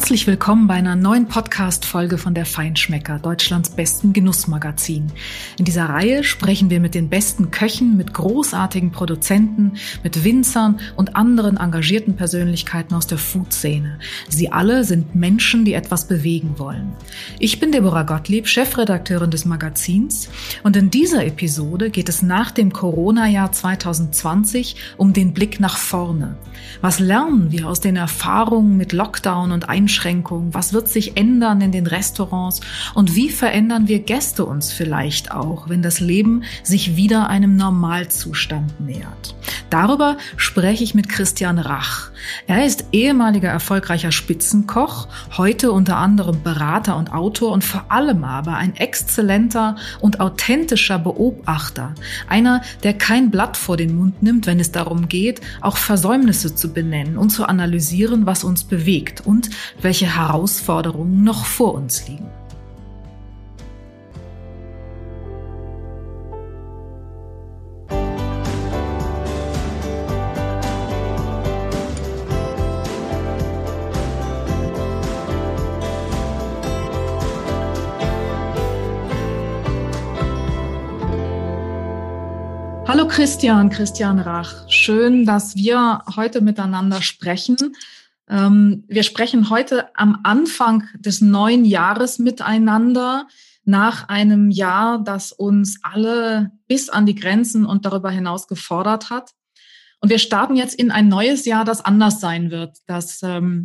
Herzlich willkommen bei einer neuen Podcast-Folge von der Feinschmecker, Deutschlands besten Genussmagazin. In dieser Reihe sprechen wir mit den besten Köchen, mit großartigen Produzenten, mit Winzern und anderen engagierten Persönlichkeiten aus der Food-Szene. Sie alle sind Menschen, die etwas bewegen wollen. Ich bin Deborah Gottlieb, Chefredakteurin des Magazins, und in dieser Episode geht es nach dem Corona-Jahr 2020 um den Blick nach vorne. Was lernen wir aus den Erfahrungen mit Lockdown und Einschränkungen? Was wird sich ändern in den Restaurants? Und wie verändern wir Gäste uns vielleicht auch, wenn das Leben sich wieder einem Normalzustand nähert? Darüber spreche ich mit Christian Rach. Er ist ehemaliger erfolgreicher Spitzenkoch, heute unter anderem Berater und Autor und vor allem aber ein exzellenter und authentischer Beobachter. Einer, der kein Blatt vor den Mund nimmt, wenn es darum geht, auch Versäumnisse zu benennen und zu analysieren, was uns bewegt und welche Herausforderungen noch vor uns liegen. Hallo Christian Rach. Schön, dass wir heute miteinander sprechen. Wir sprechen heute am Anfang des neuen Jahres miteinander, nach einem Jahr, das uns alle bis an die Grenzen und darüber hinaus gefordert hat. Und wir starten jetzt in ein neues Jahr, das anders sein wird, das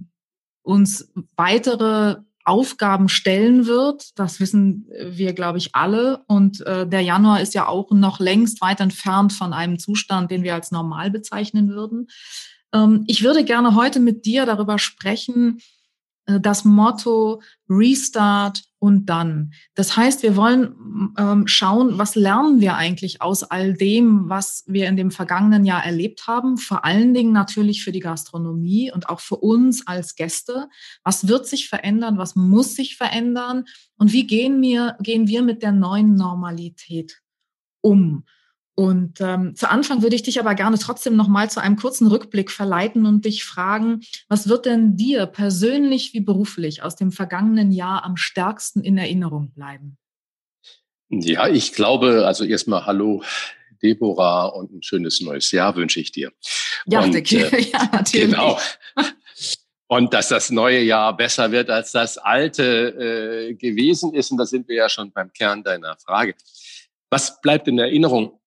uns weitere Aufgaben stellen wird. Das wissen wir, glaube ich, alle. Und der Januar ist ja auch noch längst weit entfernt von einem Zustand, den wir als normal bezeichnen würden. Ich würde gerne heute mit dir darüber sprechen, das Motto Restart und dann. Das heißt, wir wollen schauen, was lernen wir eigentlich aus all dem, was wir in dem vergangenen Jahr erlebt haben, vor allen Dingen natürlich für die Gastronomie und auch für uns als Gäste. Was wird sich verändern, was muss sich verändern und wie gehen wir mit der neuen Normalität um? Und zu Anfang würde ich dich aber gerne trotzdem noch mal zu einem kurzen Rückblick verleiten und dich fragen, was wird denn dir persönlich wie beruflich aus dem vergangenen Jahr am stärksten in Erinnerung bleiben? Ja, ich glaube, also erstmal hallo Deborah und ein schönes neues Jahr wünsche ich dir. Ja, ja, natürlich. Genau. Und dass das neue Jahr besser wird als das alte gewesen ist. Und da sind wir ja schon beim Kern deiner Frage. Was bleibt in Erinnerung?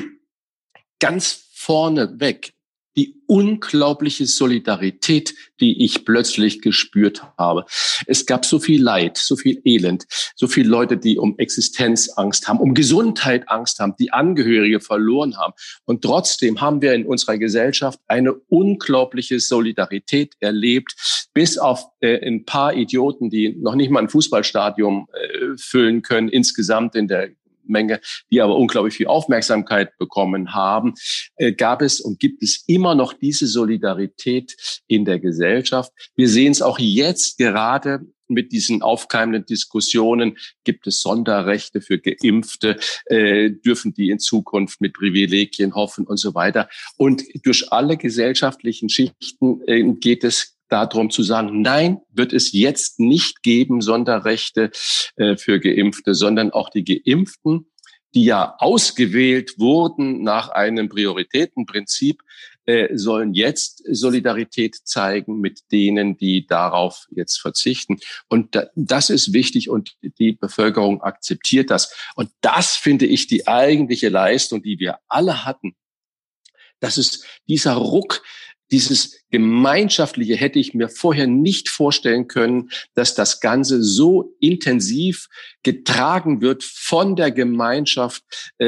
Ganz vorneweg die unglaubliche Solidarität, die ich plötzlich gespürt habe. Es gab so viel Leid, so viel Elend, so viele Leute, die um Existenzangst haben, um Gesundheit Angst haben, die Angehörige verloren haben. Und trotzdem haben wir in unserer Gesellschaft eine unglaubliche Solidarität erlebt, bis auf ein paar Idioten, die noch nicht mal ein Fußballstadion füllen können, insgesamt in der Menge, die aber unglaublich viel Aufmerksamkeit bekommen haben, gab es und gibt es immer noch diese Solidarität in der Gesellschaft. Wir sehen es auch jetzt gerade mit diesen aufkeimenden Diskussionen. Gibt es Sonderrechte für Geimpfte? Dürfen die in Zukunft mit Privilegien hoffen und so weiter? Und durch alle gesellschaftlichen Schichten geht es darum zu sagen, nein, wird es jetzt nicht geben, Sonderrechte für Geimpfte, sondern auch die Geimpften, die ja ausgewählt wurden nach einem Prioritätenprinzip, sollen jetzt Solidarität zeigen mit denen, die darauf jetzt verzichten. Und das ist wichtig und die Bevölkerung akzeptiert das. Und das finde ich die eigentliche Leistung, die wir alle hatten. Das ist dieser Ruck, dieses Gemeinschaftliche hätte ich mir vorher nicht vorstellen können, dass das Ganze so intensiv getragen wird von der Gemeinschaft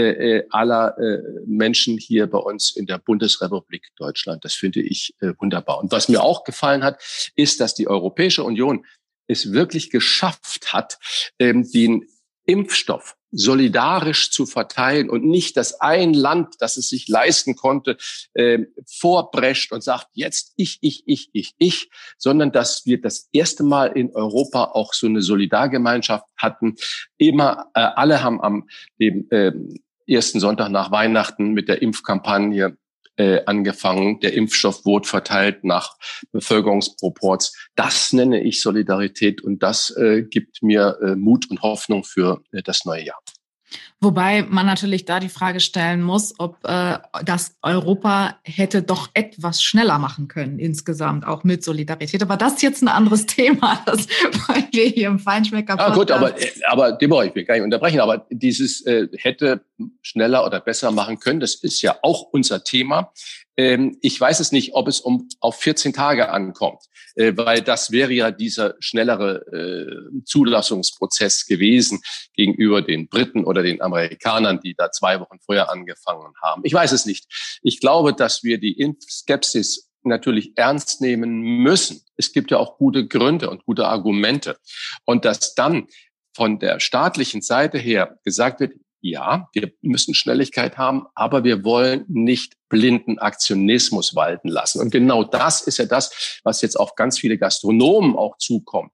aller Menschen hier bei uns in der Bundesrepublik Deutschland. Das finde ich wunderbar. Und was mir auch gefallen hat, ist, dass die Europäische Union es wirklich geschafft hat, den Impfstoff solidarisch zu verteilen und nicht, dass ein Land, das es sich leisten konnte, vorprescht und sagt, jetzt ich, sondern dass wir das erste Mal in Europa auch so eine Solidargemeinschaft hatten. Alle haben am dem ersten Sonntag nach Weihnachten mit der Impfkampagne angefangen. Der Impfstoff wurde verteilt nach Bevölkerungsproports. Das nenne ich Solidarität und das gibt mir Mut und Hoffnung für das neue Jahr. Wobei man natürlich da die Frage stellen muss, ob das Europa hätte doch etwas schneller machen können insgesamt, auch mit Solidarität. Aber das ist jetzt ein anderes Thema, das wollen wir hier im Feinschmecker-Podcast. Ja gut, aber Deborah, ich will gar nicht unterbrechen, aber dieses hätte schneller oder besser machen können, das ist ja auch unser Thema. Ich weiß es nicht, ob es auf 14 Tage ankommt, weil das wäre ja dieser schnellere Zulassungsprozess gewesen gegenüber den Briten oder den Amerikanern, die da 2 Wochen vorher angefangen haben. Ich weiß es nicht. Ich glaube, dass wir die Impfskepsis natürlich ernst nehmen müssen. Es gibt ja auch gute Gründe und gute Argumente. Und dass dann von der staatlichen Seite her gesagt wird, ja, wir müssen Schnelligkeit haben, aber wir wollen nicht blinden Aktionismus walten lassen. Und genau das ist ja das, was jetzt auf ganz viele Gastronomen auch zukommt.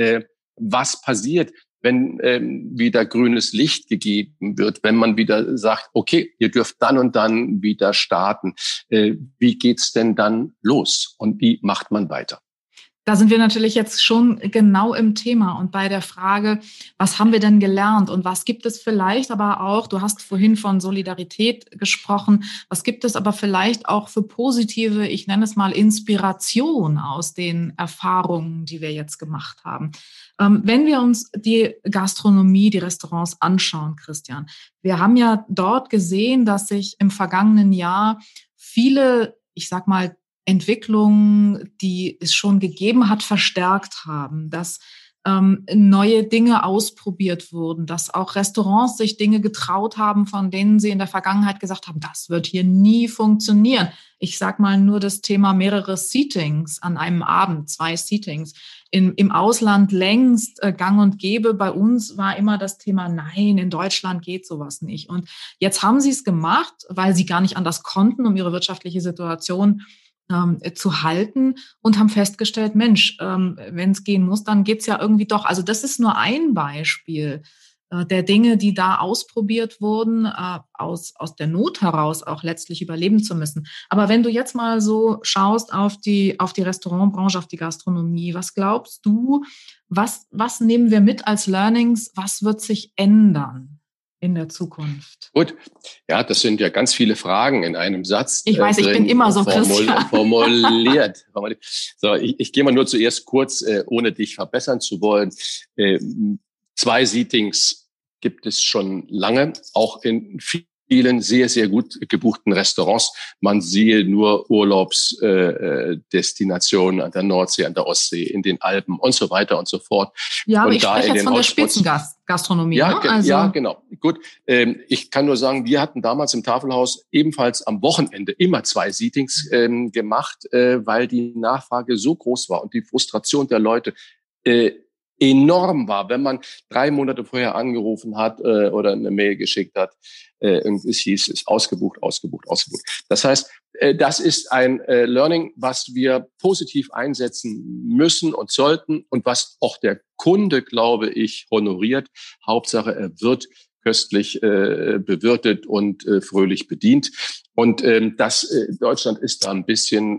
Was passiert, wenn wieder grünes Licht gegeben wird, wenn man wieder sagt, okay, ihr dürft dann und dann wieder starten. Wie geht's denn dann los und wie macht man weiter? Da sind wir natürlich jetzt schon genau im Thema und bei der Frage, was haben wir denn gelernt und was gibt es vielleicht aber auch, du hast vorhin von Solidarität gesprochen, was gibt es aber vielleicht auch für positive, ich nenne es mal Inspiration aus den Erfahrungen, die wir jetzt gemacht haben. Wenn wir uns die Gastronomie, die Restaurants anschauen, Christian, wir haben ja dort gesehen, dass sich im vergangenen Jahr viele, ich sag mal, Entwicklungen, die es schon gegeben hat, verstärkt haben, dass neue Dinge ausprobiert wurden, dass auch Restaurants sich Dinge getraut haben, von denen sie in der Vergangenheit gesagt haben, das wird hier nie funktionieren. Ich sag mal nur das Thema mehrere Seatings an einem Abend, 2 Seatings. Im Ausland längst gang und gäbe. Bei uns war immer das Thema, nein, in Deutschland geht sowas nicht. Und jetzt haben sie es gemacht, weil sie gar nicht anders konnten, um ihre wirtschaftliche Situation zu halten und haben festgestellt, Mensch, wenn es gehen muss, dann geht's ja irgendwie doch. Also das ist nur ein Beispiel der Dinge, die da ausprobiert wurden, aus der Not heraus auch letztlich überleben zu müssen. Aber wenn du jetzt mal so schaust auf die Restaurantbranche, auf die Gastronomie, was glaubst du, was nehmen wir mit als Learnings? Was wird sich ändern in der Zukunft? Gut, ja, das sind ja ganz viele Fragen in einem Satz. Ich weiß, ich bin immer so formuliert. So, ich gehe mal nur zuerst kurz, ohne dich verbessern zu wollen. 2 Seatings gibt es schon lange, auch in vielen sehr, sehr gut gebuchten Restaurants. Man siehe nur Urlaubsdestinationen an der Nordsee, an der Ostsee, in den Alpen und so weiter und so fort. Ja, aber ich spreche jetzt von der Spitzengastronomie. Ja, ne? Also ja, genau. Gut, ich kann nur sagen, wir hatten damals im Tafelhaus ebenfalls am Wochenende immer 2 Seatings gemacht, weil die Nachfrage so groß war und die Frustration der Leute enorm war, wenn man 3 Monate vorher angerufen hat oder eine Mail geschickt hat. Es hieß, es ist ausgebucht. Das heißt, das ist ein Learning, was wir positiv einsetzen müssen und sollten und was auch der Kunde, glaube ich, honoriert. Hauptsache, er wird köstlich bewirtet und fröhlich bedient. Und Deutschland ist da ein bisschen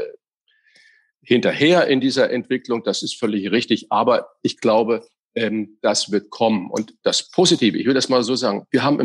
hinterher in dieser Entwicklung. Das ist völlig richtig. Aber ich glaube, das wird kommen. Und das Positive, ich will das mal so sagen, wir haben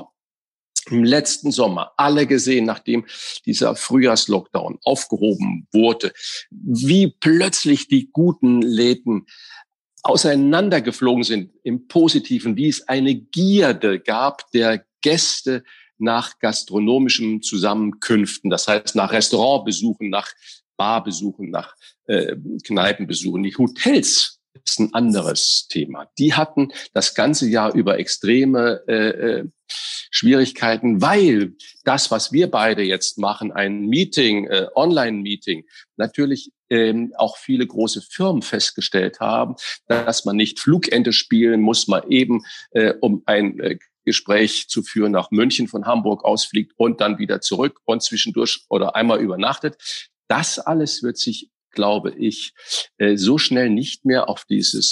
im letzten Sommer alle gesehen, nachdem dieser Frühjahrslockdown aufgehoben wurde, wie plötzlich die guten Läden auseinandergeflogen sind im Positiven, wie es eine Gierde gab der Gäste nach gastronomischen Zusammenkünften, das heißt nach Restaurantbesuchen, nach Barbesuchen, nach Kneipenbesuchen. Die Hotels ist ein anderes Thema. Die hatten das ganze Jahr über extreme Schwierigkeiten, weil das, was wir beide jetzt machen, ein Meeting, Online-Meeting, natürlich auch viele große Firmen festgestellt haben, dass man nicht Flugente spielen muss, mal eben um ein Gespräch zu führen nach München von Hamburg ausfliegt und dann wieder zurück und zwischendurch oder einmal übernachtet. Das alles wird sich, glaube ich, so schnell nicht mehr auf dieses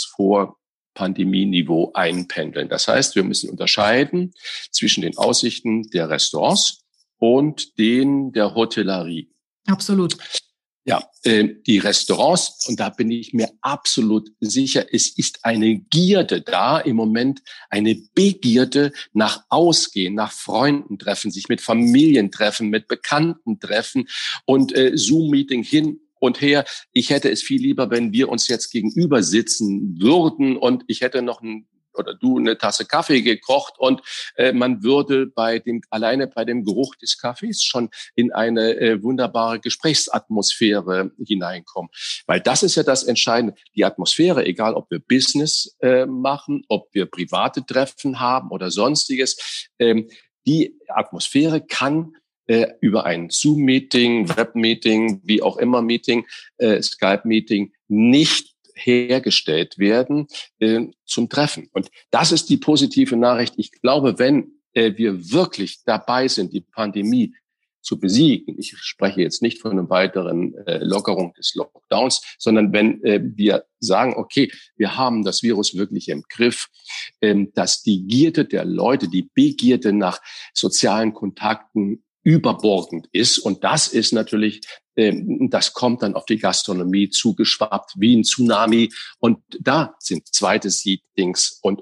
Vor-Pandemie-Niveau einpendeln. Das heißt, wir müssen unterscheiden zwischen den Aussichten der Restaurants und den der Hotellerie. Absolut. Ja, die Restaurants, und da bin ich mir absolut sicher, es ist eine Gierde da im Moment, eine Begierde nach Ausgehen, nach Freunden treffen, sich mit Familien treffen, mit Bekannten treffen und Zoom-Meeting hin und her. Ich hätte es viel lieber, wenn wir uns jetzt gegenüber sitzen würden und ich hätte noch oder du eine Tasse Kaffee gekocht und man würde alleine bei dem Geruch des Kaffees schon in eine wunderbare Gesprächsatmosphäre hineinkommen. Weil das ist ja das Entscheidende. Die Atmosphäre, egal ob wir Business machen, ob wir private Treffen haben oder sonstiges, die Atmosphäre kann über ein Zoom-Meeting, Web-Meeting, wie auch immer Meeting, Skype-Meeting nicht hergestellt werden zum Treffen. Und das ist die positive Nachricht. Ich glaube, wenn wir wirklich dabei sind, die Pandemie zu besiegen, ich spreche jetzt nicht von einer weiteren Lockerung des Lockdowns, sondern wenn wir sagen, okay, wir haben das Virus wirklich im Griff, dass die Gierde der Leute, die Begierde nach sozialen Kontakten überbordend ist. Und das ist natürlich, das kommt dann auf die Gastronomie zugeschwappt wie ein Tsunami. Und da sind zweite Seatings und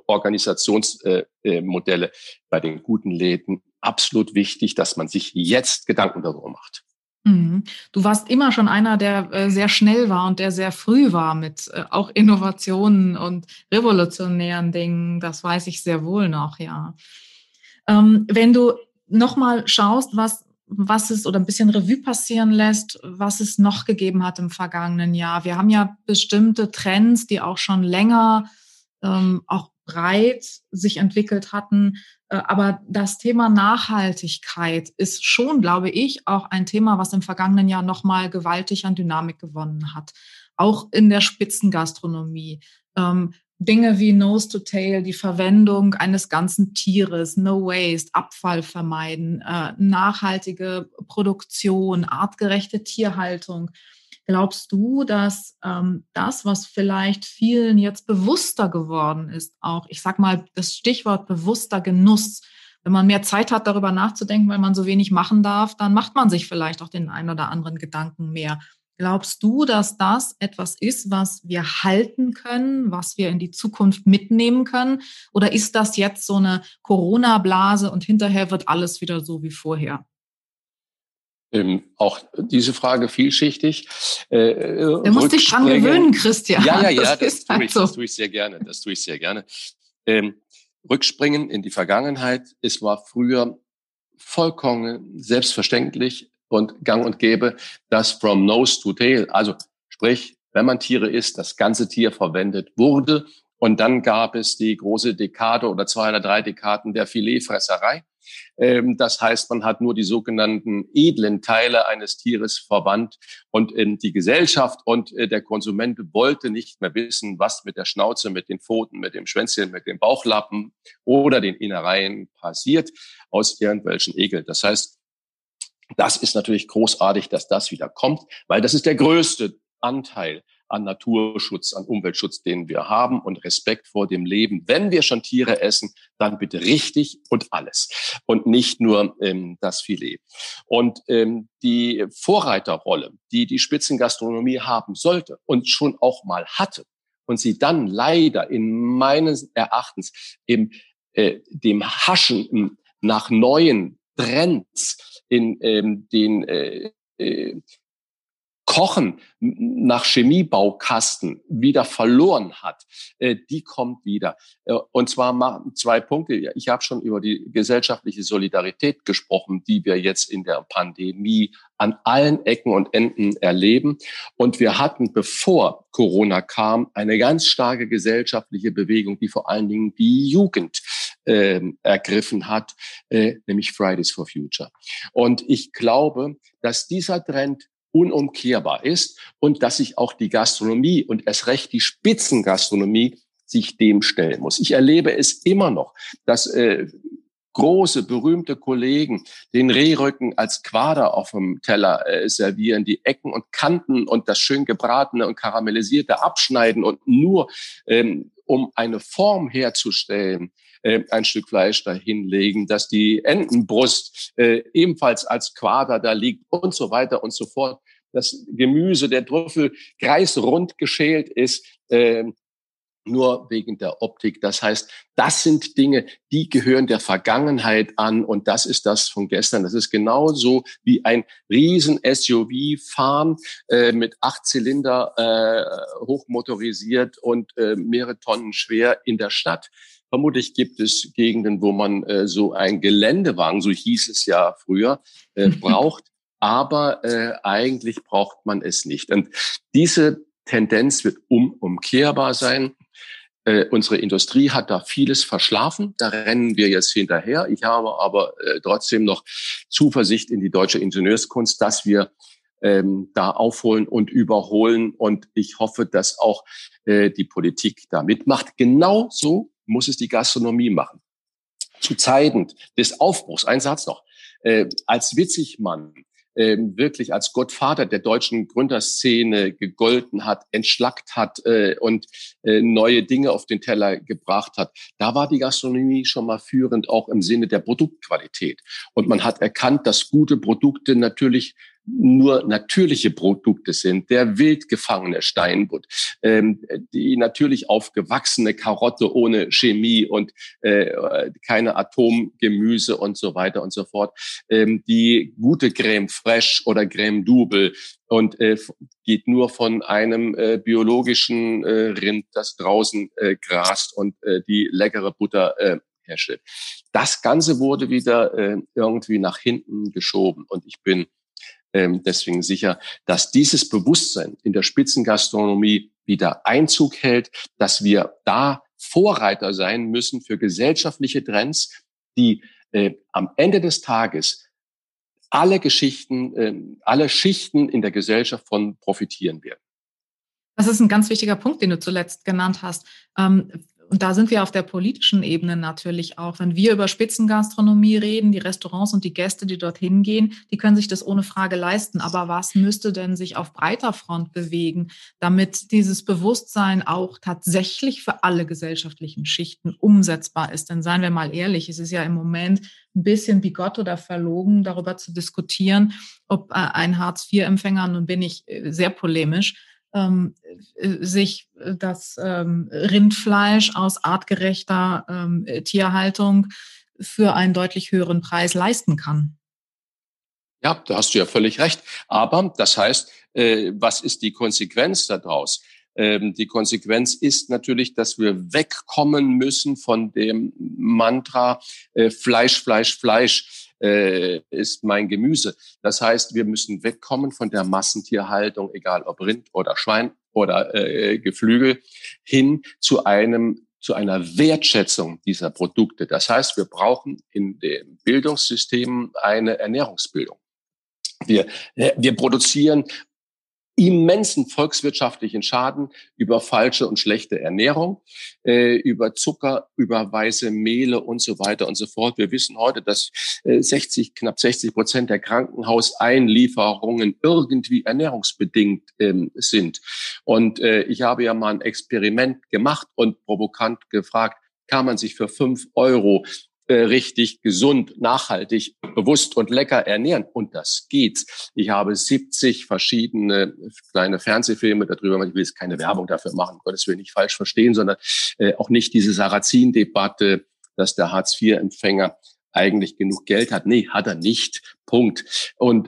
Organisationsmodelle bei den guten Läden absolut wichtig, dass man sich jetzt Gedanken darüber macht. Du warst immer schon einer, der sehr schnell war und der sehr früh war mit auch Innovationen und revolutionären Dingen. Das weiß ich sehr wohl noch, ja. Wenn du nochmal schaust, was es oder ein bisschen Revue passieren lässt, was es noch gegeben hat im vergangenen Jahr. Wir haben ja bestimmte Trends, die auch schon länger auch breit sich entwickelt hatten. Aber das Thema Nachhaltigkeit ist schon, glaube ich, auch ein Thema, was im vergangenen Jahr nochmal gewaltig an Dynamik gewonnen hat. Auch in der Spitzengastronomie. Dinge wie Nose to Tail, die Verwendung eines ganzen Tieres, No Waste, Abfall vermeiden, nachhaltige Produktion, artgerechte Tierhaltung. Glaubst du, dass das, was vielleicht vielen jetzt bewusster geworden ist, auch, ich sag mal, das Stichwort bewusster Genuss, wenn man mehr Zeit hat, darüber nachzudenken, weil man so wenig machen darf, dann macht man sich vielleicht auch den einen oder anderen Gedanken mehr. Glaubst du, dass das etwas ist, was wir halten können, was wir in die Zukunft mitnehmen können? Oder ist das jetzt so eine Corona-Blase und hinterher wird alles wieder so wie vorher? Auch diese Frage vielschichtig. Du musst dich dran gewöhnen, Christian. Ja, das tue ich sehr gerne. Rückspringen in die Vergangenheit. Es war früher vollkommen selbstverständlich und gang und gäbe, dass from nose to tail, also sprich, wenn man Tiere isst, das ganze Tier verwendet wurde. Und dann gab es die große Dekade oder 2 oder 3 Dekaden der Filetfresserei. Das heißt, man hat nur die sogenannten edlen Teile eines Tieres verwandt und die Gesellschaft und der Konsument wollte nicht mehr wissen, was mit der Schnauze, mit den Pfoten, mit dem Schwänzchen, mit dem Bauchlappen oder den Innereien passiert aus irgendwelchen Ekeln. Das heißt, das ist natürlich großartig, dass das wieder kommt, weil das ist der größte Anteil an Naturschutz, an Umweltschutz, den wir haben und Respekt vor dem Leben. Wenn wir schon Tiere essen, dann bitte richtig und alles und nicht nur das Filet. Und die Vorreiterrolle, die die Spitzengastronomie haben sollte und schon auch mal hatte und sie dann leider in meines Erachtens dem Haschen nach neuen Trends, in den Kochen nach Chemiebaukasten wieder verloren hat, die kommt wieder. Und zwar 2 Punkte. Ich habe schon über die gesellschaftliche Solidarität gesprochen, die wir jetzt in der Pandemie an allen Ecken und Enden erleben. Und wir hatten, bevor Corona kam, eine ganz starke gesellschaftliche Bewegung, die vor allen Dingen die Jugend ergriffen hat, nämlich Fridays for Future. Und ich glaube, dass dieser Trend unumkehrbar ist und dass sich auch die Gastronomie und erst recht die Spitzengastronomie sich dem stellen muss. Ich erlebe es immer noch, dass große, berühmte Kollegen den Rehrücken als Quader auf dem Teller servieren, die Ecken und Kanten und das schön gebratene und karamellisierte abschneiden und nur um eine Form herzustellen, ein Stück Fleisch dahinlegen, dass die Entenbrust ebenfalls als Quader da liegt und so weiter und so fort. Das Gemüse, der Trüffel kreisrund geschält ist, nur wegen der Optik. Das heißt, das sind Dinge, die gehören der Vergangenheit an und das ist das von gestern. Das ist genauso wie ein riesen SUV fahren mit 8 Zylinder hochmotorisiert und mehrere Tonnen schwer in der Stadt. Vermutlich gibt es Gegenden, wo man so ein Geländewagen, so hieß es ja früher, braucht. Aber eigentlich braucht man es nicht. Und diese Tendenz wird umkehrbar sein. Unsere Industrie hat da vieles verschlafen. Da rennen wir jetzt hinterher. Ich habe aber trotzdem noch Zuversicht in die deutsche Ingenieurskunst, dass wir da aufholen und überholen. Und ich hoffe, dass auch die Politik da mitmacht. Genauso muss es die Gastronomie machen. Zu Zeiten des Aufbruchs, ein Satz noch, als Witzigmann wirklich als Gottvater der deutschen Gründerszene gegolten hat, entschlackt hat und neue Dinge auf den Teller gebracht hat. Da war die Gastronomie schon mal führend, auch im Sinne der Produktqualität. Und man hat erkannt, dass gute Produkte natürlich nur natürliche Produkte sind, der wild gefangene Steinbutt, die natürlich aufgewachsene Karotte ohne Chemie und keine Atomgemüse und so weiter und so fort, die gute Crème Fraiche oder Crème Double und geht nur von einem biologischen Rind, das draußen grast und die leckere Butter herstellt. Das Ganze wurde wieder irgendwie nach hinten geschoben und ich bin deswegen sicher, dass dieses Bewusstsein in der Spitzengastronomie wieder Einzug hält, dass wir da Vorreiter sein müssen für gesellschaftliche Trends, die am Ende des Tages alle Schichten in der Gesellschaft von profitieren werden. Das ist ein ganz wichtiger Punkt, den du zuletzt genannt hast. Und da sind wir auf der politischen Ebene natürlich auch. Wenn wir über Spitzengastronomie reden, die Restaurants und die Gäste, die dorthin gehen, die können sich das ohne Frage leisten. Aber was müsste denn sich auf breiter Front bewegen, damit dieses Bewusstsein auch tatsächlich für alle gesellschaftlichen Schichten umsetzbar ist? Denn seien wir mal ehrlich, es ist ja im Moment ein bisschen bigott oder verlogen, darüber zu diskutieren, ob ein Hartz-IV-Empfänger, nun bin ich sehr polemisch, sich das Rindfleisch aus artgerechter Tierhaltung für einen deutlich höheren Preis leisten kann. Ja, da hast du ja völlig recht. Aber das heißt, was ist die Konsequenz daraus? Die Konsequenz ist natürlich, dass wir wegkommen müssen von dem Mantra Fleisch, Fleisch, Fleisch ist mein Gemüse. Das heißt, wir müssen wegkommen von der Massentierhaltung, egal ob Rind oder Schwein oder Geflügel, hin zu einer Wertschätzung dieser Produkte. Das heißt, wir brauchen in den Bildungssystemen eine Ernährungsbildung. Wir produzieren immensen volkswirtschaftlichen Schaden über falsche und schlechte Ernährung, über Zucker, über weiße Mehle und so weiter und so fort. Wir wissen heute, dass knapp 60% der Krankenhauseinlieferungen irgendwie ernährungsbedingt sind. Und ich habe ja mal ein Experiment gemacht und provokant gefragt, kann man sich für 5 Euro richtig gesund, nachhaltig, bewusst und lecker ernähren. Und das geht. Ich habe 70 verschiedene kleine Fernsehfilme darüber. Ich will jetzt keine Werbung dafür machen, Gottes Willen nicht falsch verstehen, sondern auch nicht diese Sarrazin-Debatte, dass der Hartz-IV-Empfänger eigentlich genug Geld hat. Nee, hat er nicht. Punkt. Und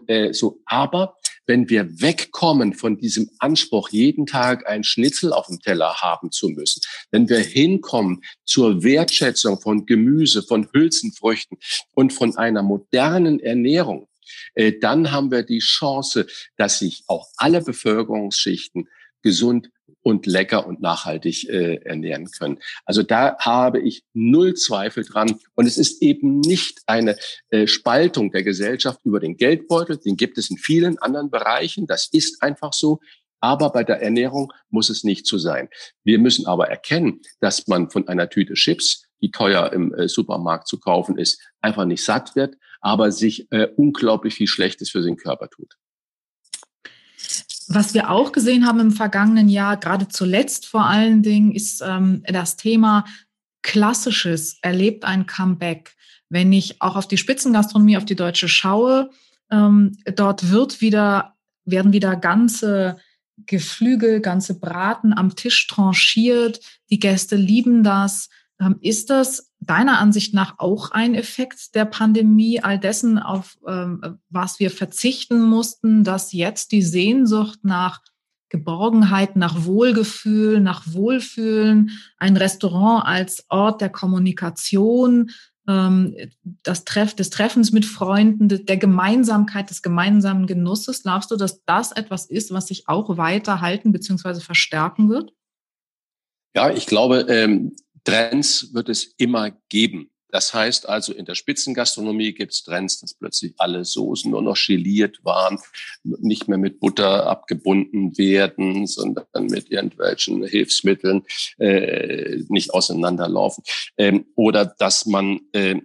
aber wenn wir wegkommen von diesem Anspruch, jeden Tag ein Schnitzel auf dem Teller haben zu müssen, wenn wir hinkommen zur Wertschätzung von Gemüse, von Hülsenfrüchten und von einer modernen Ernährung, dann haben wir die Chance, dass sich auch alle Bevölkerungsschichten gesund und lecker und nachhaltig ernähren können. Also da habe ich null Zweifel dran. Und es ist eben nicht eine Spaltung der Gesellschaft über den Geldbeutel. Den gibt es in vielen anderen Bereichen. Das ist einfach so. Aber bei der Ernährung muss es nicht so sein. Wir müssen aber erkennen, dass man von einer Tüte Chips, die teuer im Supermarkt zu kaufen ist, einfach nicht satt wird, aber sich unglaublich viel Schlechtes für den Körper tut. Was wir auch gesehen haben im vergangenen Jahr, gerade zuletzt vor allen Dingen, ist das Thema Klassisches erlebt ein Comeback. Wenn ich auch auf die Spitzengastronomie, auf die deutsche schaue, dort werden wieder ganze Geflügel, ganze Braten am Tisch tranchiert. Die Gäste lieben das. Ist das deiner Ansicht nach auch ein Effekt der Pandemie, all dessen, auf was wir verzichten mussten, dass jetzt die Sehnsucht nach Geborgenheit, nach Wohlgefühl, nach Wohlfühlen, ein Restaurant als Ort der Kommunikation, des Treffens mit Freunden, der Gemeinsamkeit, des gemeinsamen Genusses. Glaubst du, dass das etwas ist, was sich auch weiter halten bzw. verstärken wird? Ja, ich glaube, Trends wird es immer geben. Das heißt also, in der Spitzengastronomie gibt es Trends, dass plötzlich alle Soßen nur noch geliert waren, nicht mehr mit Butter abgebunden werden, sondern mit irgendwelchen Hilfsmitteln nicht auseinanderlaufen. Oder dass man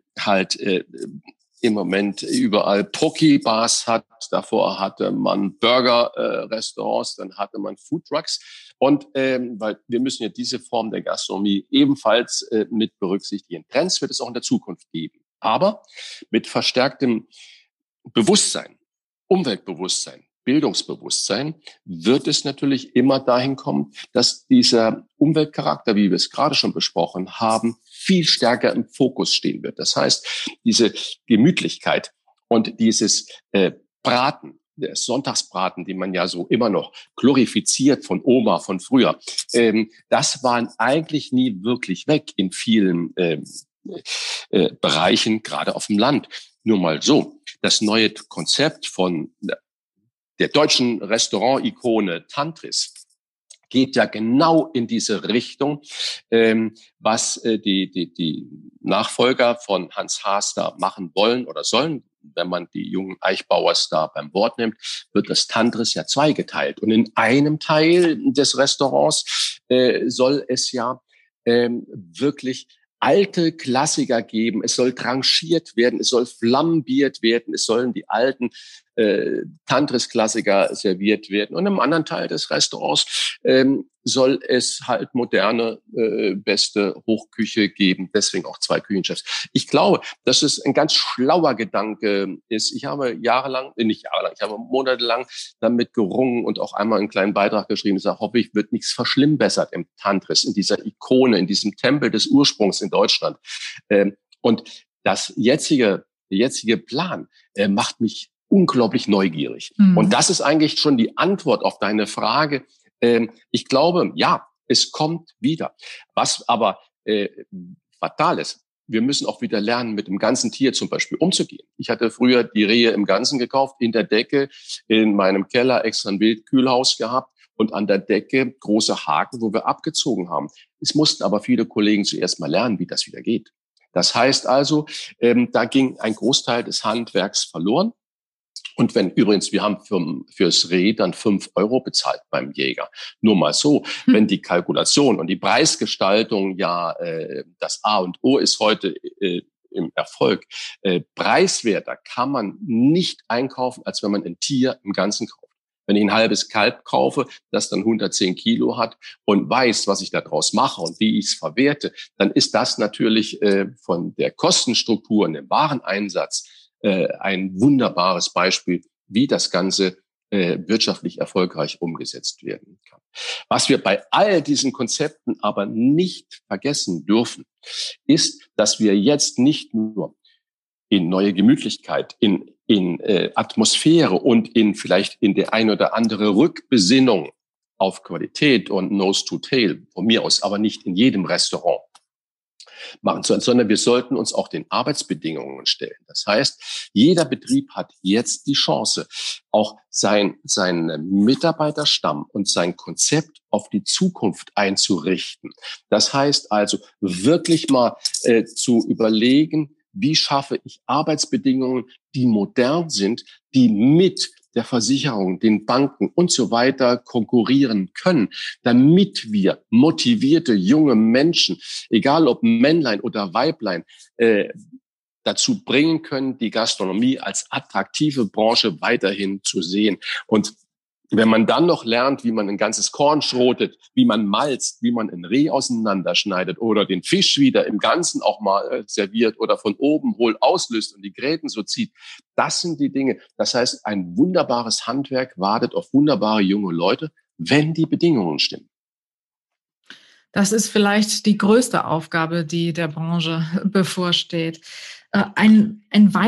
im Moment überall Poke-Bars hat. Davor hatte man Burger-Restaurants, dann hatte man Food-Trucks. Und weil wir müssen ja diese Form der Gastronomie ebenfalls mit berücksichtigen. Trends wird es auch in der Zukunft geben. Aber mit verstärktem Bewusstsein, Umweltbewusstsein, Bildungsbewusstsein wird es natürlich immer dahin kommen, dass dieser Umweltcharakter, wie wir es gerade schon besprochen haben, viel stärker im Fokus stehen wird. Das heißt, diese Gemütlichkeit und dieses Braten, der Sonntagsbraten, den man ja so immer noch glorifiziert von Oma, von früher, das waren eigentlich nie wirklich weg in vielen Bereichen, gerade auf dem Land. Nur mal so, das neue Konzept von der deutschen Restaurant-Ikone Tantris geht ja genau in diese Richtung, was die Nachfolger von Hans Haas da machen wollen oder sollen. Wenn man die jungen Eichbauers da beim Wort nimmt, wird das Tantris ja zweigeteilt. Und in einem Teil des Restaurants soll es ja wirklich alte Klassiker geben. Es soll tranchiert werden, es soll flambiert werden, es sollen die alten Tantris-Klassiker serviert werden. Und im anderen Teil des Restaurants soll es halt moderne, beste Hochküche geben, deswegen auch 2 Küchenchefs. Ich glaube, dass es ein ganz schlauer Gedanke ist. Ich habe ich habe monatelang damit gerungen und auch einmal einen kleinen Beitrag geschrieben. Ich sage, hoffe ich, wird nichts verschlimmbessert im Tantris, in dieser Ikone, in diesem Tempel des Ursprungs in Deutschland. Und das jetzige Plan macht mich unglaublich neugierig. Mhm. Und das ist eigentlich schon die Antwort auf deine Frage. Ich glaube, ja, es kommt wieder. Was aber fatal ist, wir müssen auch wieder lernen, mit dem ganzen Tier zum Beispiel umzugehen. Ich hatte früher die Rehe im Ganzen gekauft, in der Decke, in meinem Keller extra ein Wildkühlhaus gehabt und an der Decke große Haken, wo wir abgezogen haben. Es mussten aber viele Kollegen zuerst mal lernen, wie das wieder geht. Das heißt also, da ging ein Großteil des Handwerks verloren. Und wir haben fürs Reh dann 5 € bezahlt beim Jäger. Nur mal so, wenn die Kalkulation und die Preisgestaltung das A und O ist heute im Erfolg. Preiswerter kann man nicht einkaufen, als wenn man ein Tier im Ganzen kauft. Wenn ich ein halbes Kalb kaufe, das dann 110 Kilo hat und weiß, was ich daraus mache und wie ich es verwerte, dann ist das natürlich von der Kostenstruktur und dem Wareneinsatz ein wunderbares Beispiel, wie das Ganze wirtschaftlich erfolgreich umgesetzt werden kann. Was wir bei all diesen Konzepten aber nicht vergessen dürfen, ist, dass wir jetzt nicht nur in neue Gemütlichkeit, in Atmosphäre und vielleicht in der ein oder andere Rückbesinnung auf Qualität und Nose to Tail, von mir aus, aber nicht in jedem Restaurant machen, sondern wir sollten uns auch den Arbeitsbedingungen stellen. Das heißt, jeder Betrieb hat jetzt die Chance, auch seinen Mitarbeiterstamm und sein Konzept auf die Zukunft einzurichten. Das heißt also, wirklich mal zu überlegen, wie schaffe ich Arbeitsbedingungen, die modern sind, die mit der Versicherung, den Banken und so weiter konkurrieren können, damit wir motivierte junge Menschen, egal ob Männlein oder Weiblein, dazu bringen können, die Gastronomie als attraktive Branche weiterhin zu sehen. Und Wenn man dann noch lernt, wie man ein ganzes Korn schrotet, wie man malzt, wie man ein Reh auseinanderschneidet oder den Fisch wieder im Ganzen auch mal serviert oder von oben hohl auslöst und die Gräten so zieht, das sind die Dinge. Das heißt, ein wunderbares Handwerk wartet auf wunderbare junge Leute, wenn die Bedingungen stimmen. Das ist vielleicht die größte Aufgabe, die der Branche bevorsteht. Ein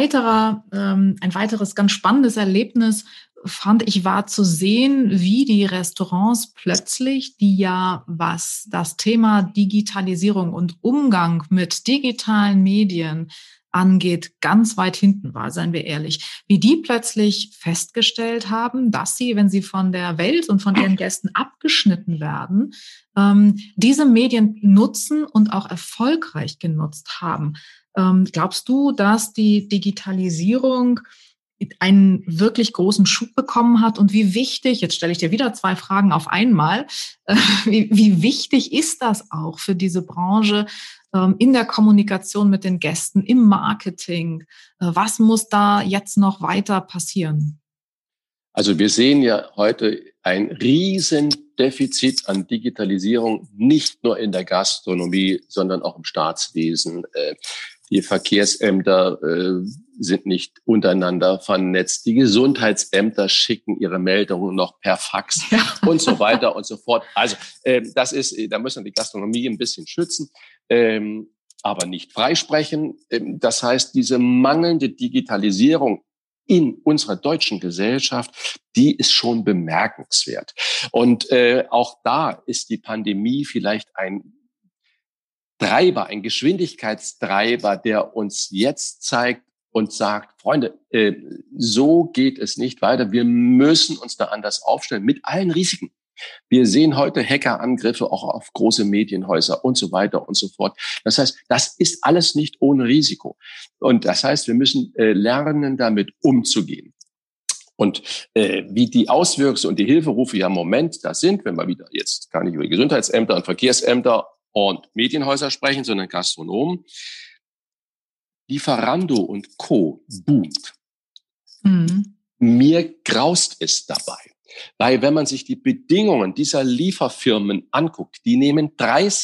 weiteres ganz spannendes Erlebnis fand ich, war zu sehen, wie die Restaurants plötzlich, die ja, was das Thema Digitalisierung und Umgang mit digitalen Medien angeht, ganz weit hinten war, seien wir ehrlich, wie die plötzlich festgestellt haben, dass sie, wenn sie von der Welt und von ihren Gästen abgeschnitten werden, diese Medien nutzen und auch erfolgreich genutzt haben. Glaubst du, dass die Digitalisierung einen wirklich großen Schub bekommen hat und wie wichtig, jetzt stelle ich dir wieder 2 Fragen auf einmal, wie wichtig ist das auch für diese Branche in der Kommunikation mit den Gästen, im Marketing? Was muss da jetzt noch weiter passieren? Also wir sehen ja heute ein Riesendefizit an Digitalisierung, nicht nur in der Gastronomie, sondern auch im Staatswesen. Die Verkehrsämter sind nicht untereinander vernetzt. Die Gesundheitsämter schicken ihre Meldungen noch per Fax und so weiter und so fort. Also da müssen wir die Gastronomie ein bisschen schützen, aber nicht freisprechen. Das heißt, diese mangelnde Digitalisierung in unserer deutschen Gesellschaft, die ist schon bemerkenswert. Und auch da ist die Pandemie vielleicht ein Treiber, ein Geschwindigkeitstreiber, der uns jetzt zeigt und sagt, Freunde, so geht es nicht weiter. Wir müssen uns da anders aufstellen mit allen Risiken. Wir sehen heute Hackerangriffe auch auf große Medienhäuser und so weiter und so fort. Das heißt, das ist alles nicht ohne Risiko. Und das heißt, wir müssen lernen, damit umzugehen. Und wie die Auswirkungen und die Hilferufe ja im Moment da sind, wenn wir wieder jetzt gar nicht über Gesundheitsämter und Verkehrsämter und Medienhäuser sprechen, sondern Gastronomen. Lieferando und Co. boomt. Mhm. Mir graust es dabei. Weil wenn man sich die Bedingungen dieser Lieferfirmen anguckt, die nehmen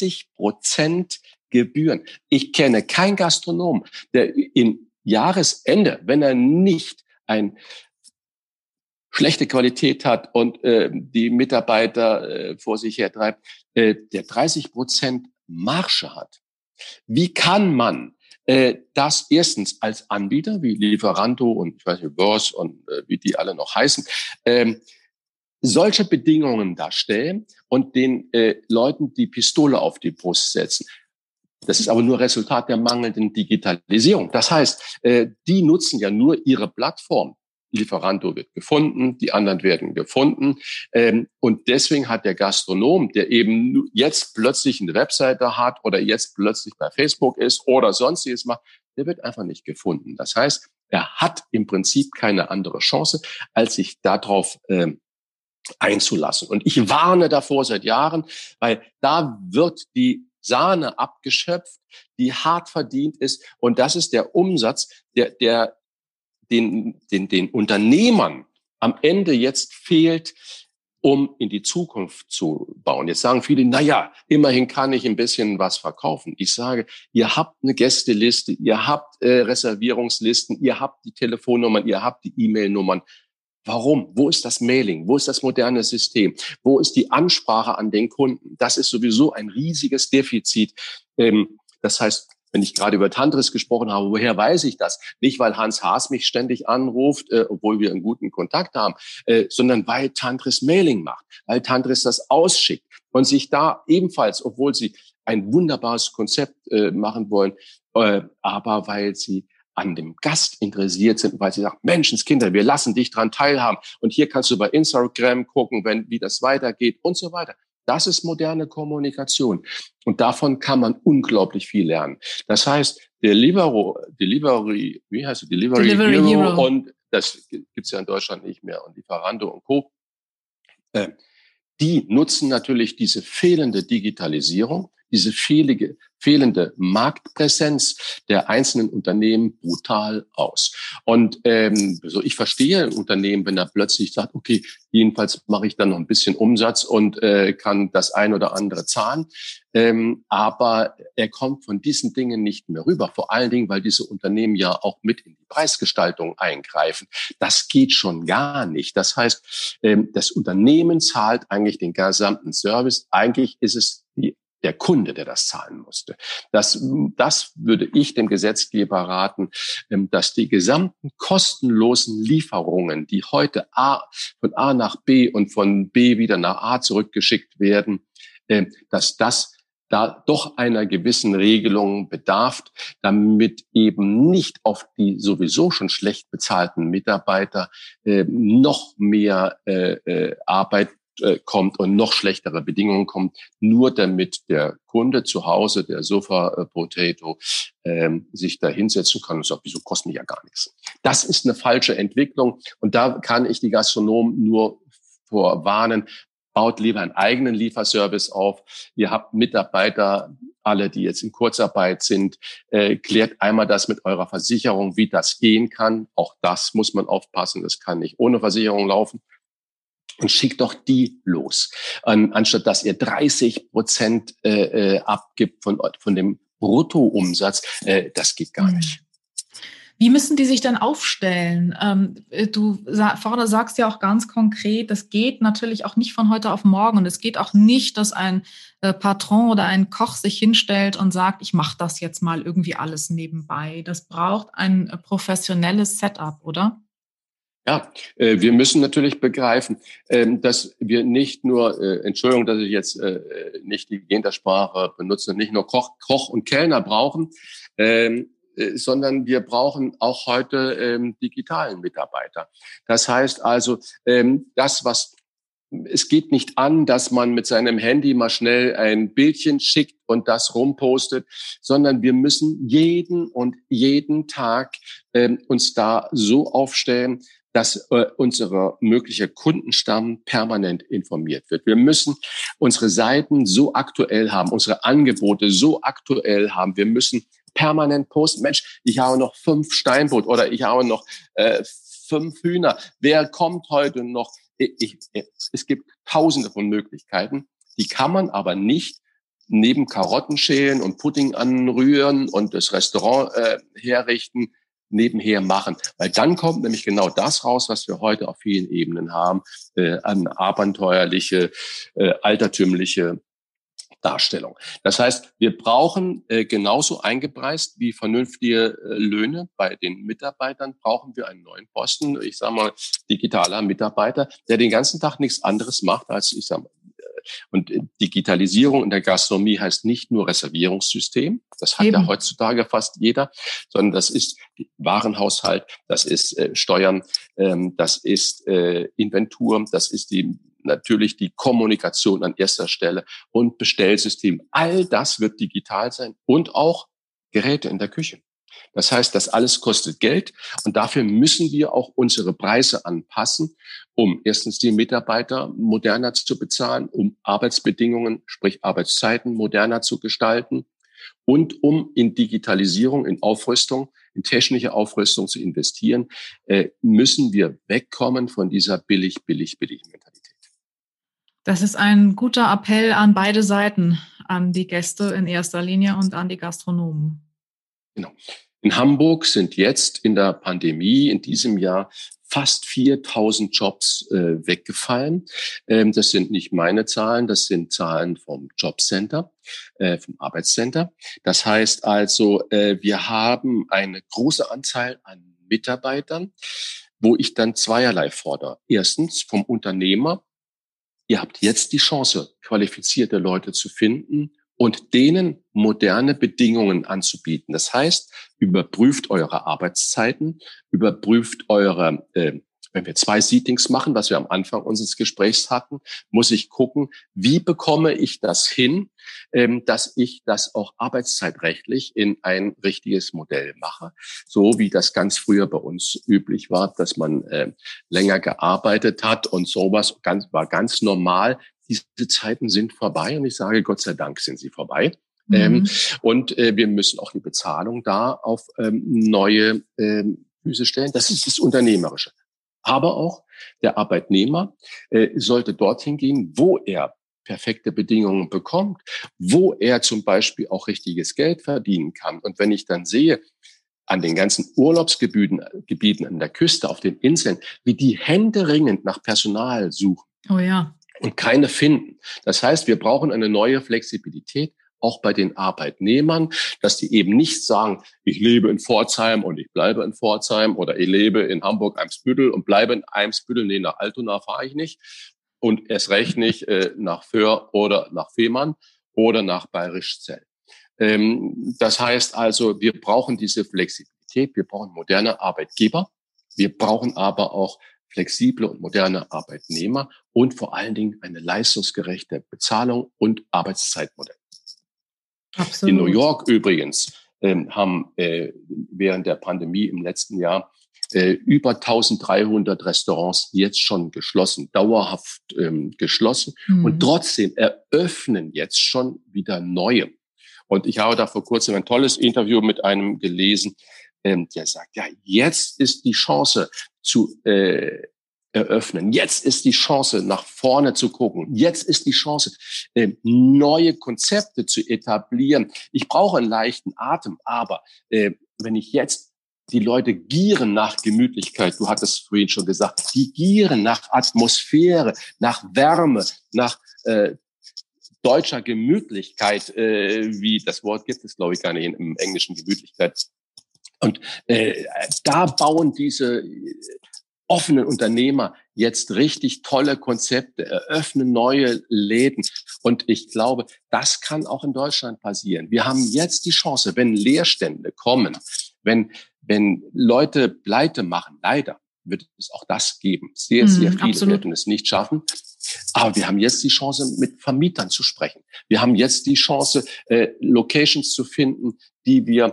30% Gebühren. Ich kenne keinen Gastronom, der in Jahresende, wenn er nicht ein schlechte Qualität hat und die Mitarbeiter vor sich hertreibt, der 30% Marge hat. Wie kann man das erstens als Anbieter wie Lieferando und ich weiß nicht, Börs und wie die alle noch heißen, solche Bedingungen darstellen und den Leuten die Pistole auf die Brust setzen? Das ist aber nur Resultat der mangelnden Digitalisierung. Das heißt, die nutzen ja nur ihre Plattform. Lieferando wird gefunden, die anderen werden gefunden. Und deswegen hat der Gastronom, der eben jetzt plötzlich eine Webseite hat oder jetzt plötzlich bei Facebook ist oder sonstiges macht, der wird einfach nicht gefunden. Das heißt, er hat im Prinzip keine andere Chance, als sich darauf einzulassen. Und ich warne davor seit Jahren, weil da wird die Sahne abgeschöpft, die hart verdient ist. Und das ist der Umsatz, der den Unternehmern am Ende jetzt fehlt, um in die Zukunft zu bauen. Jetzt sagen viele, naja, immerhin kann ich ein bisschen was verkaufen. Ich sage, ihr habt eine Gästeliste, ihr habt Reservierungslisten, ihr habt die Telefonnummern, ihr habt die E-Mail-Nummern. Warum? Wo ist das Mailing? Wo ist das moderne System? Wo ist die Ansprache an den Kunden? Das ist sowieso ein riesiges Defizit. Das heißt, wenn ich gerade über Tantris gesprochen habe, woher weiß ich das? Nicht, weil Hans Haas mich ständig anruft, obwohl wir einen guten Kontakt haben, sondern weil Tantris Mailing macht, weil Tantris das ausschickt und sich da ebenfalls, obwohl sie ein wunderbares Konzept machen wollen, aber weil sie an dem Gast interessiert sind, weil sie sagen, Menschenskinder, wir lassen dich dran teilhaben und hier kannst du bei Instagram gucken, wie das weitergeht und so weiter. Das ist moderne Kommunikation. Und davon kann man unglaublich viel lernen. Das heißt, Delivery Hero und das gibt's ja in Deutschland nicht mehr und Lieferando und Co. Die nutzen natürlich diese fehlende Digitalisierung, diese fehlende Marktpräsenz der einzelnen Unternehmen brutal aus. Und so ich verstehe ein Unternehmen, wenn er plötzlich sagt, okay, jedenfalls mache ich dann noch ein bisschen Umsatz und kann das ein oder andere zahlen. Aber er kommt von diesen Dingen nicht mehr rüber. Vor allen Dingen, weil diese Unternehmen ja auch mit in die Preisgestaltung eingreifen. Das geht schon gar nicht. Das heißt, das Unternehmen zahlt eigentlich den gesamten Service. Eigentlich ist es der Kunde, der das zahlen musste. Das würde ich dem Gesetzgeber raten, dass die gesamten kostenlosen Lieferungen, die heute von A nach B und von B wieder nach A zurückgeschickt werden, dass das da doch einer gewissen Regelung bedarf, damit eben nicht auf die sowieso schon schlecht bezahlten Mitarbeiter noch mehr Arbeit kommt und noch schlechtere Bedingungen kommt, nur damit der Kunde zu Hause, der Sofa-Potato, sich da hinsetzen kann und sagt, wieso kostet mich ja gar nichts. Das ist eine falsche Entwicklung und da kann ich die Gastronomen nur vorwarnen, baut lieber einen eigenen Lieferservice auf. Ihr habt Mitarbeiter, alle, die jetzt in Kurzarbeit sind, klärt einmal das mit eurer Versicherung, wie das gehen kann. Auch das muss man aufpassen, das kann nicht ohne Versicherung laufen. Und schickt doch die los, anstatt dass ihr 30% abgibt von dem Bruttoumsatz. Das geht gar nicht. Wie müssen die sich denn aufstellen? Du vorne sagst ja auch ganz konkret, das geht natürlich auch nicht von heute auf morgen. Und es geht auch nicht, dass ein Patron oder ein Koch sich hinstellt und sagt, ich mache das jetzt mal irgendwie alles nebenbei. Das braucht ein professionelles Setup, oder? Ja, wir müssen natürlich begreifen, dass wir nicht nur, Entschuldigung, dass ich jetzt nicht die Gendersprache benutze, nicht nur Koch und Kellner brauchen, sondern wir brauchen auch heute digitalen Mitarbeiter. Das heißt also, es geht nicht an, dass man mit seinem Handy mal schnell ein Bildchen schickt und das rumpostet, sondern wir müssen jeden Tag uns da so aufstellen, dass unser möglicher Kundenstamm permanent informiert wird. Wir müssen unsere Seiten so aktuell haben, unsere Angebote so aktuell haben. Wir müssen permanent posten, Mensch, ich habe noch 5 Steinbutt oder ich habe noch 5 Hühner. Wer kommt heute noch? Es gibt tausende von Möglichkeiten. Die kann man aber nicht neben Karotten schälen und Pudding anrühren und das Restaurant herrichten, nebenher machen. Weil dann kommt nämlich genau das raus, was wir heute auf vielen Ebenen haben, an abenteuerliche, altertümliche Darstellung. Das heißt, wir brauchen genauso eingepreist wie vernünftige Löhne bei den Mitarbeitern, brauchen wir einen neuen Posten, ich sage mal digitaler Mitarbeiter, der den ganzen Tag nichts anderes macht als, ich sage mal, und Digitalisierung in der Gastronomie heißt nicht nur Reservierungssystem, das hat ja heutzutage fast jeder, sondern das ist Warenhaushalt, das ist Steuern, das ist Inventur, das ist natürlich die Kommunikation an erster Stelle und Bestellsystem. All das wird digital sein und auch Geräte in der Küche. Das heißt, das alles kostet Geld und dafür müssen wir auch unsere Preise anpassen, um erstens die Mitarbeiter moderner zu bezahlen, um Arbeitsbedingungen, sprich Arbeitszeiten moderner zu gestalten und um in Digitalisierung, in Aufrüstung, in technische Aufrüstung zu investieren, müssen wir wegkommen von dieser billig-Mentalität. Das ist ein guter Appell an beide Seiten, an die Gäste in erster Linie und an die Gastronomen. Genau. In Hamburg sind jetzt in der Pandemie in diesem Jahr fast 4.000 Jobs weggefallen. Das sind nicht meine Zahlen, das sind Zahlen vom Jobcenter, vom Arbeitscenter. Das heißt also, wir haben eine große Anzahl an Mitarbeitern, wo ich dann zweierlei fordere. Erstens vom Unternehmer, ihr habt jetzt die Chance, qualifizierte Leute zu finden und denen moderne Bedingungen anzubieten. Das heißt, überprüft eure Arbeitszeiten, überprüft eure, wenn wir 2 Seatings machen, was wir am Anfang unseres Gesprächs hatten, muss ich gucken, wie bekomme ich das hin, dass ich das auch arbeitszeitrechtlich in ein richtiges Modell mache. So wie das ganz früher bei uns üblich war, dass man länger gearbeitet hat und sowas war ganz normal. Diese Zeiten sind vorbei und ich sage, Gott sei Dank sind sie vorbei. Und wir müssen auch die Bezahlung da auf neue Füße stellen. Das ist das Unternehmerische. Aber auch der Arbeitnehmer sollte dorthin gehen, wo er perfekte Bedingungen bekommt, wo er zum Beispiel auch richtiges Geld verdienen kann. Und wenn ich dann sehe, an den ganzen Urlaubsgebieten an der Küste, auf den Inseln, wie die händeringend nach Personal suchen. Oh ja. Und keine finden. Das heißt, wir brauchen eine neue Flexibilität, auch bei den Arbeitnehmern, dass die eben nicht sagen, ich lebe in Pforzheim und ich bleibe in Pforzheim oder ich lebe in Hamburg-Eimsbüttel und bleibe in Eimsbüttel. Nee, nach Altona fahre ich nicht. Und erst recht nicht nach Föhr oder nach Fehmarn oder nach Bayerischzell. Das heißt also, wir brauchen diese Flexibilität, wir brauchen moderne Arbeitgeber, wir brauchen aber auch flexible und moderne Arbeitnehmer und vor allen Dingen eine leistungsgerechte Bezahlung und Arbeitszeitmodell. Absolut. In New York übrigens haben während der Pandemie im letzten Jahr über 1300 Restaurants jetzt schon geschlossen, dauerhaft geschlossen. Und trotzdem eröffnen jetzt schon wieder neue. Und ich habe da vor kurzem ein tolles Interview mit einem gelesen, der sagt, ja, jetzt ist die Chance zu eröffnen. Jetzt ist die Chance, nach vorne zu gucken. Jetzt ist die Chance, neue Konzepte zu etablieren. Ich brauche einen leichten Atem, aber wenn ich jetzt die Leute gieren nach Gemütlichkeit, du hattest vorhin schon gesagt, die gieren nach Atmosphäre, nach Wärme, nach deutscher Gemütlichkeit, wie das Wort gibt es, glaube ich, gar nicht im Englischen Gemütlichkeit. Und da bauen diese offenen Unternehmer jetzt richtig tolle Konzepte, eröffnen neue Läden. Und ich glaube, das kann auch in Deutschland passieren. Wir haben jetzt die Chance, wenn Leerstände kommen, wenn Leute pleite machen, leider wird es auch das geben. Sehr, sehr viele absolut. werden es nicht schaffen. Aber wir haben jetzt die Chance, mit Vermietern zu sprechen. Wir haben jetzt die Chance, Locations zu finden, die wir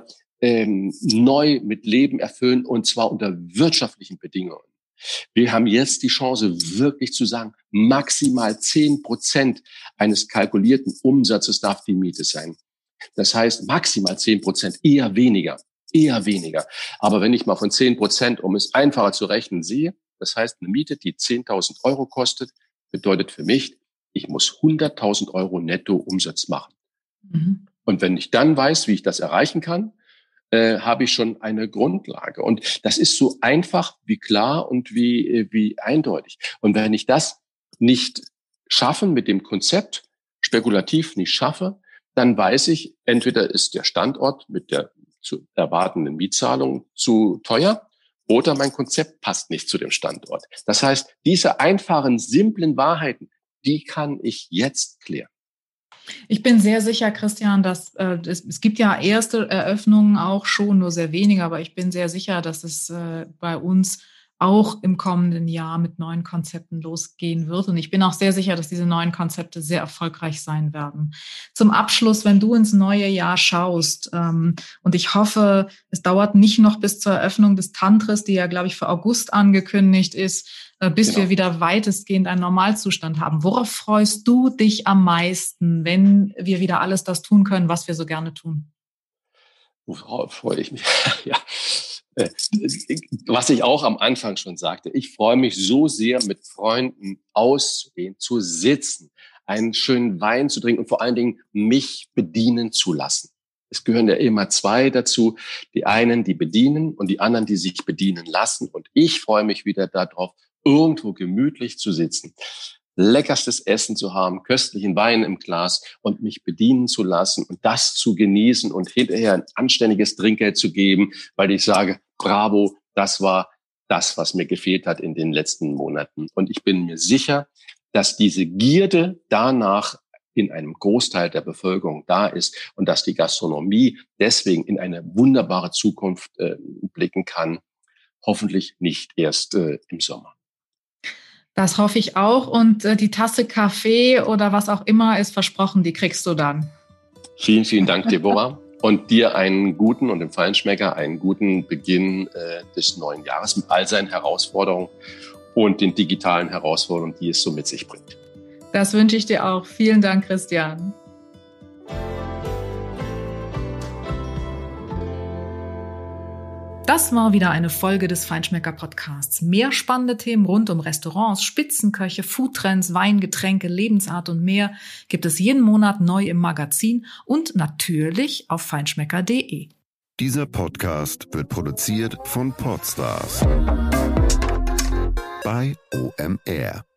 neu mit Leben erfüllen, und zwar unter wirtschaftlichen Bedingungen. Wir haben jetzt die Chance, wirklich zu sagen, maximal 10% eines kalkulierten Umsatzes darf die Miete sein. Das heißt, maximal 10%, eher weniger. Aber wenn ich mal von 10%, um es einfacher zu rechnen, sehe, das heißt, eine Miete, die 10.000 Euro kostet, bedeutet für mich, ich muss 100.000 Euro netto Umsatz machen. Und wenn ich dann weiß, wie ich das erreichen kann, habe ich schon eine Grundlage. Und das ist so einfach wie klar und wie eindeutig. Und wenn ich das nicht schaffe mit dem Konzept, spekulativ nicht schaffe, dann weiß ich, entweder ist der Standort mit der zu erwartenden Mietzahlung zu teuer oder mein Konzept passt nicht zu dem Standort. Das heißt, diese einfachen, simplen Wahrheiten, die kann ich jetzt klären. Ich bin sehr sicher, Christian, dass es gibt ja erste Eröffnungen auch schon, nur sehr wenige, aber ich bin sehr sicher, dass es bei uns auch im kommenden Jahr mit neuen Konzepten losgehen wird. Und ich bin auch sehr sicher, dass diese neuen Konzepte sehr erfolgreich sein werden. Zum Abschluss, wenn du ins neue Jahr schaust, und ich hoffe, es dauert nicht noch bis zur Eröffnung des Tantris, die ja, glaube ich, für August angekündigt ist, bis wir wieder weitestgehend einen Normalzustand haben. Worauf freust du dich am meisten, wenn wir wieder alles das tun können, was wir so gerne tun? Worauf freue ich mich? Ja. Was ich auch am Anfang schon sagte, ich freue mich so sehr, mit Freunden auszugehen, zu sitzen, einen schönen Wein zu trinken und vor allen Dingen mich bedienen zu lassen. Es gehören ja immer zwei dazu, die einen, die bedienen und die anderen, die sich bedienen lassen. Und ich freue mich wieder darauf, irgendwo gemütlich zu sitzen, leckerstes Essen zu haben, köstlichen Wein im Glas und mich bedienen zu lassen und das zu genießen und hinterher ein anständiges Trinkgeld zu geben, weil ich sage, bravo, das war das, was mir gefehlt hat in den letzten Monaten. Und ich bin mir sicher, dass diese Gierde danach in einem Großteil der Bevölkerung da ist und dass die Gastronomie deswegen in eine wunderbare Zukunft blicken kann, hoffentlich nicht erst im Sommer. Das hoffe ich auch. Und die Tasse Kaffee oder was auch immer ist versprochen, die kriegst du dann. Vielen, vielen Dank, Deborah. Und dir einen guten und dem Feinschmecker einen guten Beginn des neuen Jahres mit all seinen Herausforderungen und den digitalen Herausforderungen, die es so mit sich bringt. Das wünsche ich dir auch. Vielen Dank, Christian. Das war wieder eine Folge des Feinschmecker-Podcasts. Mehr spannende Themen rund um Restaurants, Spitzenköche, Foodtrends, Wein, Getränke, Lebensart und mehr gibt es jeden Monat neu im Magazin und natürlich auf feinschmecker.de. Dieser Podcast wird produziert von Podstars bei OMR.